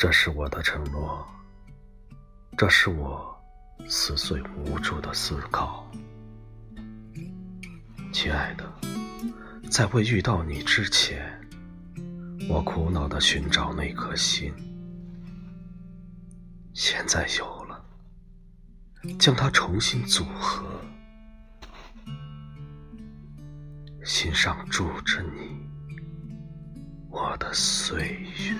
这是我的承诺，这是我撕碎无助的思考。亲爱的，在未遇到你之前，我苦恼地寻找那颗心，现在有了，将它重新组合，心上住着你，我的岁月。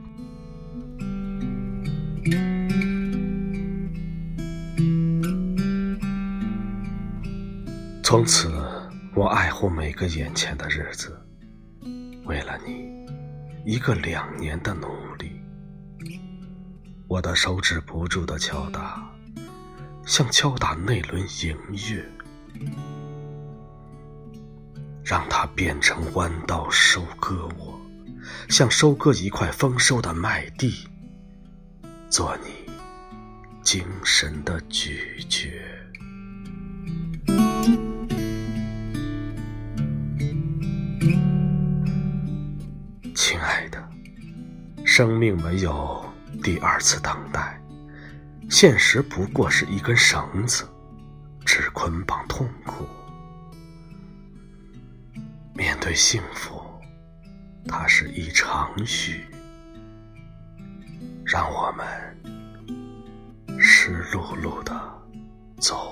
从此我爱护每个眼前的日子，为了你1个2年的努力，我的手指不住地敲打，像敲打那轮银月，让它变成弯刀收割我，像收割一块丰收的麦地，做你精神的咀嚼。亲爱的，生命没有第2次等待，现实不过是一根绳子，只捆绑痛苦。面对幸福，它是一场雨，让我们湿漉漉地走